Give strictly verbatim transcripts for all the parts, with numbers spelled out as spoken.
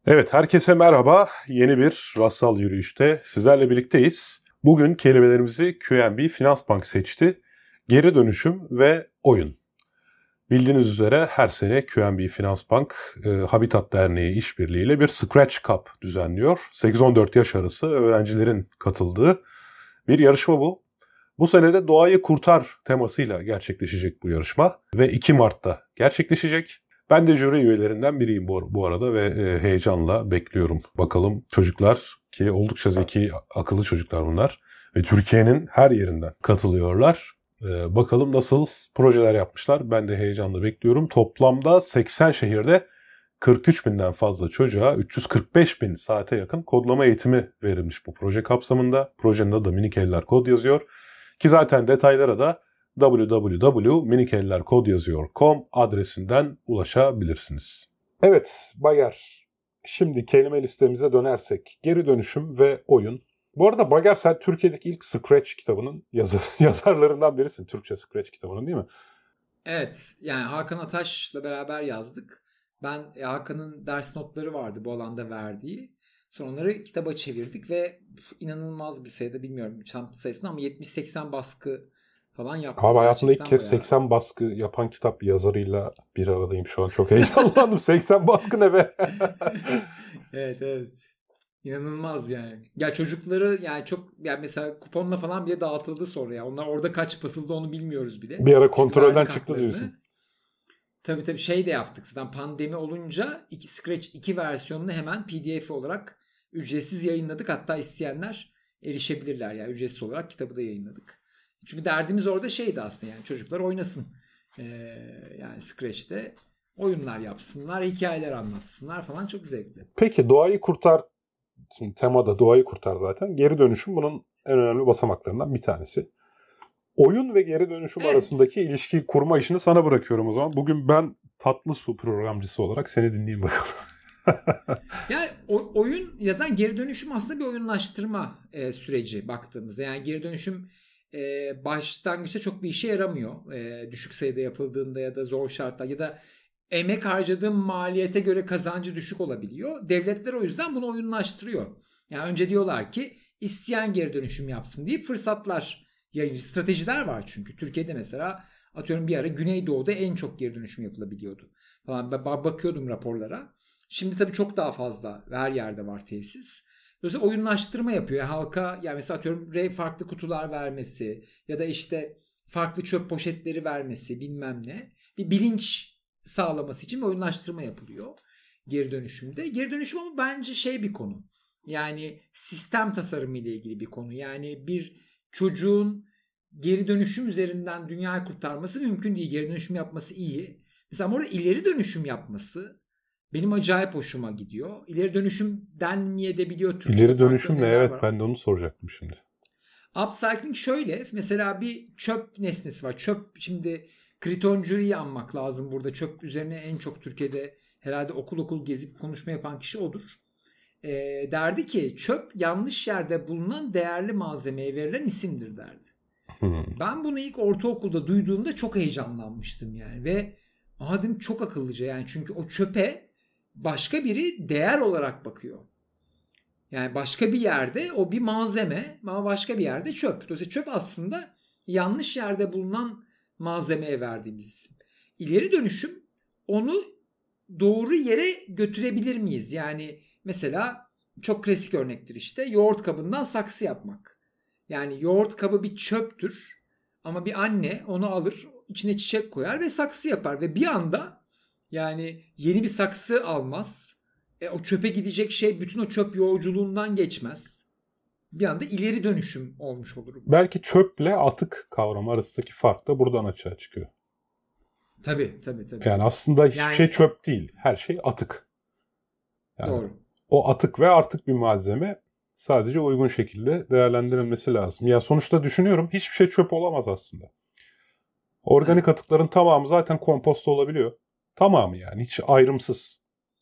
Evet, herkese merhaba. Yeni bir rastsal yürüyüşte sizlerle birlikteyiz. Bugün kelimelerimizi Q N B Finansbank seçti. Geri dönüşüm ve oyun. Bildiğiniz üzere her sene Q N B Finansbank e, Habitat Derneği işbirliğiyle bir Scratch Cup düzenliyor. sekiz on dört yaş arası öğrencilerin katıldığı bir yarışma bu. Bu sene de Doğayı Kurtar temasıyla gerçekleşecek bu yarışma ve iki Mart'ta gerçekleşecek. Ben de jüri üyelerinden biriyim bu, bu arada ve e, heyecanla bekliyorum. Bakalım çocuklar ki oldukça zeki, akıllı çocuklar bunlar ve Türkiye'nin her yerinden katılıyorlar. E, bakalım nasıl projeler yapmışlar. Ben de heyecanla bekliyorum. Toplamda seksen şehirde kırk üç binden fazla çocuğa üç yüz kırk beş bin saate yakın kodlama eğitimi verilmiş bu proje kapsamında. Projenin adı Minik Eller Kod yazıyor. Ki zaten detaylara da double-u double-u double-u nokta minik eller kod yazıyor nokta com adresinden ulaşabilirsiniz. Evet Bayer, şimdi kelime listemize dönersek geri dönüşüm ve oyun. Bu arada Bayer, sen Türkiye'deki ilk Scratch kitabının yazar, yazarlarından birisin. Türkçe Scratch kitabının, değil mi? Evet, yani Hakan Ataş'la beraber yazdık. Ben e, Hakan'ın ders notları vardı bu alanda verdiği. Sonra onları kitaba çevirdik ve inanılmaz bir sayıda, bilmiyorum tam sayısını ama yetmiş seksen baskı falan yaptık. Abi hayatımda ilk kez bayağı... seksen baskı yapan kitap yazarıyla bir aradayım şu an. Çok heyecanlandım. seksen baskı ne be? Evet evet. İnanılmaz yani. Ya çocukları yani çok, yani mesela kuponla falan bile dağıtıldı sonra ya. Onlar orada kaç basıldı onu bilmiyoruz bile. Bir ara kontrolden çıktı diyorsun. Tabii tabii şey de yaptık. Zaten pandemi olunca iki Scratch iki versiyonunu hemen P D F olarak ücretsiz yayınladık. Hatta isteyenler erişebilirler ya. Yani ücretsiz olarak kitabı da yayınladık. Çünkü derdimiz orada şeydi aslında, yani çocuklar oynasın. Ee, yani Scratch'te oyunlar yapsınlar, hikayeler anlatsınlar falan, çok zevkli. Peki Doğayı Kurtar, şimdi temada Doğayı Kurtar zaten. Geri dönüşüm bunun en önemli basamaklarından bir tanesi. Oyun ve geri dönüşüm evet. arasındaki ilişki kurma işini sana bırakıyorum o zaman. Bugün ben tatlı su programcısı olarak seni dinleyeyim bakalım. Ya o, oyun yazan geri dönüşüm aslında bir oyunlaştırma e, süreci baktığımızda. Yani geri dönüşüm e, başlangıçta çok bir işe yaramıyor. E, düşük sayıda yapıldığında ya da zor şartlar ya da emek harcadığın maliyete göre kazancı düşük olabiliyor. Devletler o yüzden bunu oyunlaştırıyor. Yani önce diyorlar ki isteyen geri dönüşüm yapsın deyip fırsatlar, yani stratejiler var çünkü. Türkiye'de mesela atıyorum bir ara Güneydoğu'da en çok geri dönüşüm yapılabiliyordu falan. Ben bakıyordum raporlara. Şimdi tabii çok daha fazla ve her yerde var tesis. Dolayısıyla oyunlaştırma yapıyor. Yani halka, yani mesela atıyorum farklı kutular vermesi ya da işte farklı çöp poşetleri vermesi, bilmem ne. Bir bilinç sağlaması için bir oyunlaştırma yapılıyor geri dönüşümde. Geri dönüşüm ama bence şey bir konu. Yani sistem tasarımı ile ilgili bir konu. Yani bir çocuğun geri dönüşüm üzerinden dünyayı kurtarması mümkün değil. Geri dönüşüm yapması iyi. Mesela orada ileri dönüşüm yapması benim acayip hoşuma gidiyor. İleri dönüşüm denmeyebiliyor Türkçe'de. İleri dönüşüm ne? Evet, var. Ben de onu soracaktım şimdi. Upcycling şöyle. Mesela bir çöp nesnesi var. Çöp, şimdi Kriton Jury'yi anmak lazım burada. Çöp üzerine en çok Türkiye'de herhalde okul okul gezip konuşma yapan kişi odur. E, derdi ki çöp yanlış yerde bulunan değerli malzemeye verilen isimdir derdi. Hmm. Ben bunu ilk ortaokulda duyduğumda çok heyecanlanmıştım yani ve adım çok akıllıca, yani çünkü o çöpe başka biri değer olarak bakıyor. Yani başka bir yerde o bir malzeme ama başka bir yerde çöp. Dolayısıyla çöp aslında yanlış yerde bulunan malzemeye verdiğimiz isim. İleri dönüşüm onu doğru yere götürebilir miyiz? Yani mesela çok klasik örnektir işte, yoğurt kabından saksı yapmak. Yani yoğurt kabı bir çöptür ama bir anne onu alır, içine çiçek koyar ve saksı yapar ve bir anda yani yeni bir saksı almaz. E, o çöpe gidecek şey bütün o çöp yolculuğundan geçmez. Bir anda ileri dönüşüm olmuş olur. Belki çöple atık kavramı arasındaki fark da buradan açığa çıkıyor. Tabii tabii tabii. Yani aslında hiçbir yani, şey çöp değil. Her şey atık. Yani doğru. O atık ve artık bir malzeme sadece uygun şekilde değerlendirilmesi lazım. Ya sonuçta düşünüyorum, hiçbir şey çöp olamaz aslında. Organik evet. atıkların tamamı zaten kompost olabiliyor. Tamamı yani hiç ayrımsız.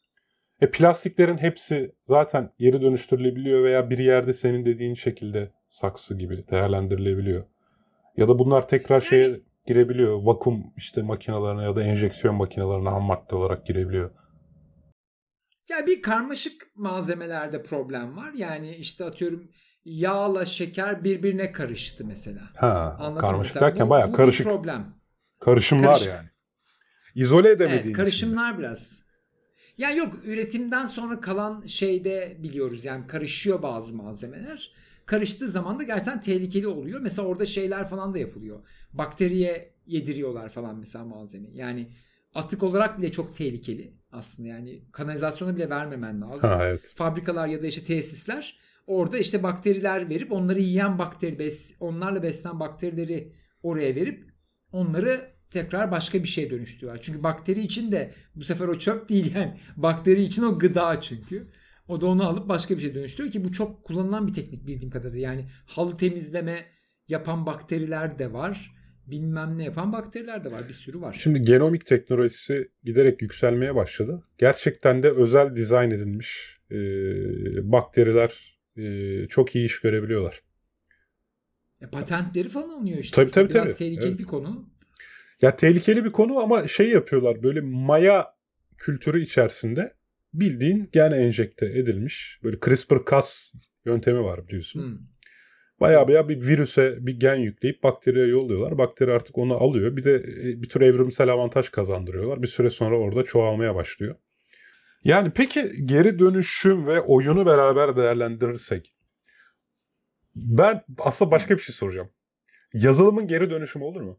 E plastiklerin hepsi zaten geri dönüştürülebiliyor veya bir yerde senin dediğin şekilde saksı gibi değerlendirilebiliyor. Ya da bunlar tekrar yani, şeye girebiliyor. Vakum işte makinelerine ya da enjeksiyon makinelerine ham madde olarak girebiliyor. Ya bir karmaşık malzemelerde problem var. Yani işte atıyorum yağla şeker birbirine karıştı mesela. Ha, Anladın mı? karmaşık Mesela derken bu, bayağı bu karışık. bir problem. Karışımlar Karışık. yani. İzole Evet, edemediğin için. karışımlar biraz. Ya yok, üretimden sonra kalan şeyde biliyoruz yani karışıyor bazı malzemeler. Karıştığı zaman da gerçekten tehlikeli oluyor. Mesela orada şeyler falan da yapılıyor. Bakteriye yediriyorlar falan mesela malzemeyi. Yani atık olarak bile çok tehlikeli aslında, yani kanalizasyona bile vermemen lazım. Ha, evet. Fabrikalar ya da işte tesisler orada işte bakteriler verip onları yiyen bakteri bes onlarla beslenen bakterileri oraya verip onları tekrar başka bir şeye dönüştürüyorlar. Çünkü bakteri için de bu sefer o çöp değil yani. Bakteri için o gıda çünkü. O da onu alıp başka bir şeye dönüştürüyor ki bu çok kullanılan bir teknik bildiğim kadarıyla. Yani halı temizleme yapan bakteriler de var. Bilmem ne yapan bakteriler de var. Bir sürü var. Şimdi genomik teknolojisi giderek yükselmeye başladı. Gerçekten de özel dizayn edilmiş e, bakteriler e, çok iyi iş görebiliyorlar. E, patentleri falan alınıyor işte. Tabii Mesela tabii biraz tabii. tehlikeli Evet. bir konu. Ya tehlikeli bir konu ama şey yapıyorlar, böyle maya kültürü içerisinde bildiğin gen enjekte edilmiş böyle CRISPR-Cas yöntemi var biliyorsun. Hmm. Bayağı bayağı bir virüse bir gen yükleyip bakteriye yolluyorlar. Bakteri artık onu alıyor. Bir de bir tür evrimsel avantaj kazandırıyorlar. Bir süre sonra orada çoğalmaya başlıyor. Yani peki geri dönüşüm ve oyunu beraber değerlendirirsek, ben aslında başka bir şey soracağım. Yazılımın geri dönüşümü olur mu?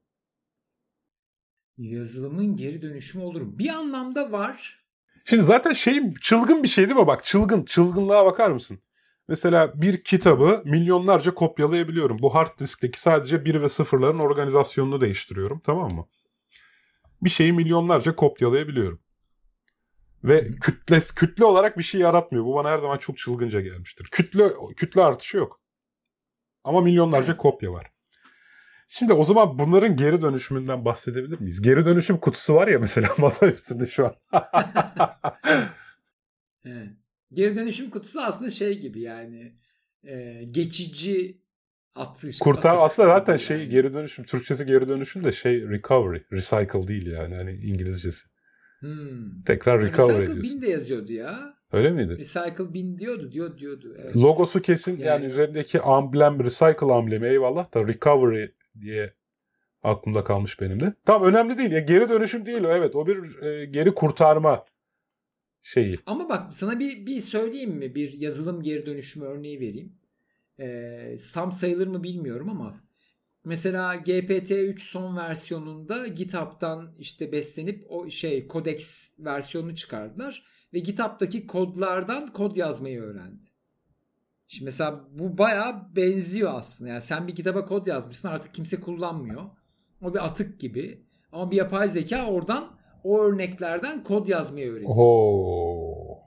Yazılımın geri dönüşümü olur mu? Bir anlamda var. Şimdi zaten şey çılgın bir şey değil mi? Bak çılgın, çılgınlığa bakar mısın? Mesela bir kitabı milyonlarca kopyalayabiliyorum. Bu hard diskteki sadece bir ve sıfırların organizasyonunu değiştiriyorum, tamam mı? Bir şeyi milyonlarca kopyalayabiliyorum. Ve kütle kütle olarak bir şey yaratmıyor. Bu bana her zaman çok çılgınca gelmiştir. Kütle kütle artışı yok. Ama milyonlarca Evet. kopya var. Şimdi o zaman bunların geri dönüşümünden bahsedebilir miyiz? Geri dönüşüm kutusu var ya mesela masa üstünde şu an. Evet. Geri dönüşüm kutusu aslında şey gibi yani e, geçici atış, Kurtar atık aslında zaten gibi şey yani. geri dönüşüm, Türkçesi geri dönüşüm de şey recovery, recycle değil yani hani İngilizcesi. Hmm. Tekrar Ha, recover Recycle ediyorsun. bin de yazıyordu ya. Öyle miydi? Recycle bin diyordu, diyor diyordu. Evet. Logosu kesin yani, Yani üzerindeki amblem recycle amblemi eyvallah da recovery diye aklımda kalmış benim de. Tamam, önemli değil ya, geri dönüşüm değil o, evet o bir e, geri kurtarma şeyi. ama bak sana bir bir söyleyeyim mi? Bir yazılım geri dönüşümü örneği vereyim. Ee, tam sayılır mı bilmiyorum ama mesela G P T üç son versiyonunda GitHub'dan işte beslenip o şey Codex versiyonunu çıkardılar ve GitHub'daki kodlardan kod yazmayı öğrendi. Şimdi mesela bu bayağı benziyor aslında. Yani sen bir kitaba kod yazmışsın, artık kimse kullanmıyor. O bir atık gibi. Ama bir yapay zeka oradan o örneklerden kod yazmayı öğreniyor. Oo.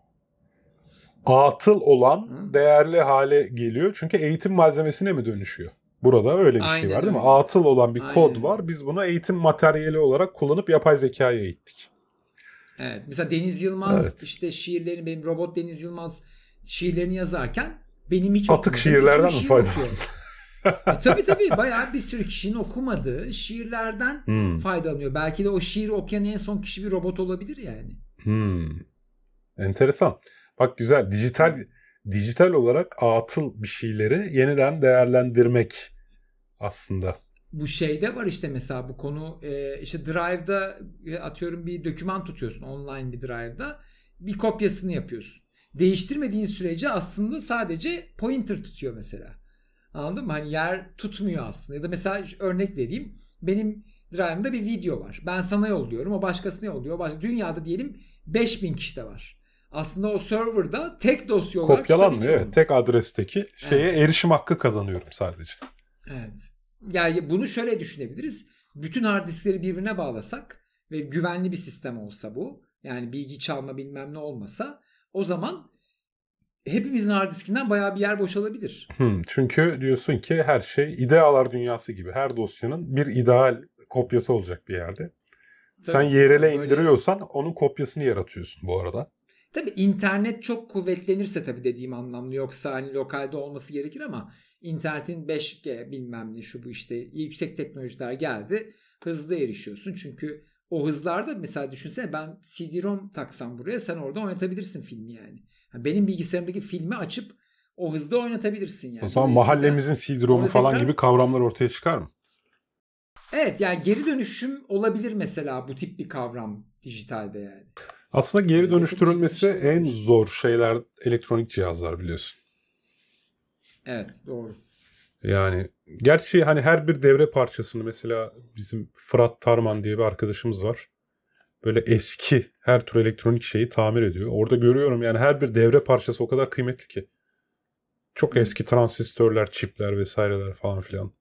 Atıl olan Hı? değerli hale geliyor. Çünkü eğitim malzemesine mi dönüşüyor? Burada öyle bir şey Aynen var değil mi? öyle. Atıl olan bir Aynen kod öyle. var. Biz bunu eğitim materyali olarak kullanıp yapay zekaya eğittik. Evet. Mesela Deniz Yılmaz Evet. işte şiirlerini, benim robot Deniz Yılmaz şiirlerini yazarken benim hiç Atık okumadığım bir sürü şiirlerden mi şiir faydalandın? okuyor. E tabii tabii bayağı bir sürü kişinin okumadığı şiirlerden Hmm. faydalanıyor. Belki de o şiiri okuyan en son kişi bir robot olabilir yani. Hmm. Enteresan. Bak güzel. Dijital Evet. dijital olarak atıl bir şeyleri yeniden değerlendirmek aslında. Bu şeyde var işte mesela bu konu e, işte Drive'da e, atıyorum bir doküman tutuyorsun online bir Drive'da, bir kopyasını yapıyorsun. Değiştirmediğin sürece aslında sadece pointer tutuyor mesela. Anladın mı? Hani yer tutmuyor aslında. Ya da mesela örnek vereyim. Benim Drive'ımda bir video var. Ben sana yolluyorum. O başkasına yolluyor. O başka, dünyada diyelim beş bin kişi de var. Aslında o serverda tek dosya olarak Kopyalanmıyor, tutabiliyor evet. onu. Tek adresteki şeye Evet. erişim hakkı kazanıyorum sadece. Evet. Yani bunu şöyle düşünebiliriz. Bütün hard diskleri birbirine bağlasak ve güvenli bir sistem olsa bu, yani bilgi çalma bilmem ne olmasa, o zaman hepimizin hard diskinden bayağı bir yer boşalabilir. Hmm, çünkü diyorsun ki her şey idealar dünyası gibi. Her dosyanın bir ideal kopyası olacak bir yerde. Sen Tabii. Y R L'e Yani böyle indiriyorsan onun kopyasını yaratıyorsun bu arada. tabii internet çok kuvvetlenirse tabii dediğim anlamlı, yoksa hani lokalde olması gerekir ama internetin beş G bilmem ne şu bu işte yüksek teknolojiler geldi. Hızlı erişiyorsun çünkü o hızlarda mesela düşünsene ben C D-ROM taksam buraya sen orada oynatabilirsin filmi yani. yani benim bilgisayarımdaki filmi açıp o hızda oynatabilirsin yani. O zaman mahallemizin C D-ROM'u falan tekrar... gibi kavramlar ortaya çıkar mı? Evet yani geri dönüşüm olabilir mesela bu tip bir kavram dijitalde yani. Aslında geri yani dönüştürülmesi en zor şeyler elektronik cihazlar biliyorsun. Evet doğru. Yani gerçi hani her bir devre parçasını mesela bizim Fırat Tarman diye bir arkadaşımız var. Böyle eski her tür elektronik şeyi tamir ediyor. Orada görüyorum yani her bir devre parçası o kadar kıymetli ki. Çok Hı. eski transistörler, çipler vesaireler falan filan.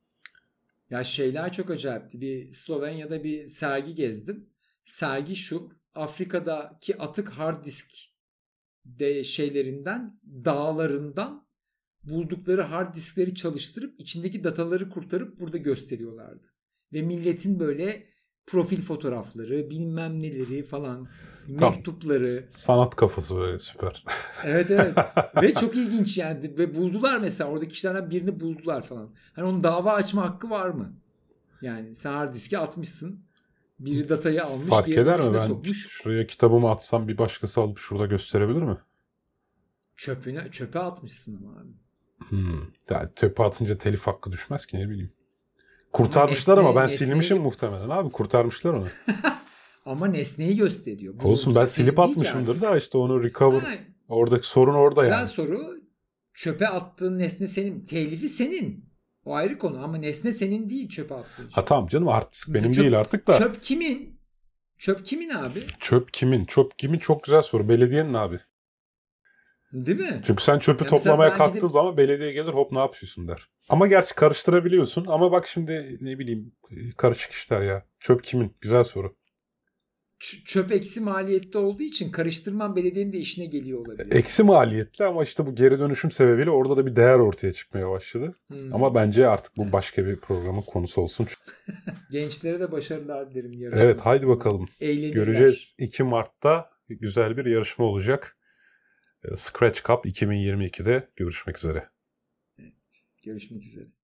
Ya şeyler çok acayipti. Bir Slovenya'da bir sergi gezdim. Sergi şu. Afrika'daki atık hard disk de şeylerinden, dağlarından buldukları hard diskleri çalıştırıp içindeki dataları kurtarıp burada gösteriyorlardı. Ve milletin böyle profil fotoğrafları, bilmem neleri falan, Tam, mektupları. Sanat kafası böyle süper. Evet evet. Ve çok ilginç yani. Ve buldular mesela oradaki kişilerden birini buldular falan. Hani onun dava açma hakkı var mı? Yani sen hard diske atmışsın. Biri datayı almış, Fark geri eder mi? dönüşüme Ben sokmuş. Şuraya kitabımı atsam bir başkası alıp şurada gösterebilir mi? Çöpüne, çöpe atmışsın ama abi. Hmm. Yani çöpe atınca telif hakkı düşmez ki ne bileyim. Kurtarmışlar ama, nesne, ama ben nesneyi... silmişim muhtemelen abi. Kurtarmışlar onu. Ama nesneyi gösteriyor. Bu Olsun ben silip atmışımdır da işte onu recover. Ha, oradaki sorun orada güzel yani. Güzel soru. Çöpe attığın nesne senin. Telifi senin. O ayrı konu ama nesne senin değil çöpe attığın. Ha tamam canım artık Mesela benim çöp, değil artık da. Çöp kimin? Çöp kimin abi? Çöp kimin? Çöp kimin? Çok güzel soru. Belediyenin abi. Değil mi? Çünkü sen çöpü yani toplamaya kalktığın gidip... zaman belediye gelir hop ne yapıyorsun der. Ama gerçi karıştırabiliyorsun. Ama bak şimdi ne bileyim karışık işler ya. Çöp kimin? Güzel soru. Ç- çöp eksi maliyette olduğu için karıştırman belediyenin de işine geliyor olabilir. Eksi maliyetli ama işte bu geri dönüşüm sebebiyle orada da bir değer ortaya çıkmaya başladı. Hmm. Ama bence artık bu başka bir programın konusu olsun. Gençlere de başarılar dilerim. Yarışma. Evet haydi bakalım. Göreceğiz. iki Mart'ta güzel bir yarışma olacak. Scratch Cup iki bin yirmi ikide görüşmek üzere. Evet, görüşmek üzere.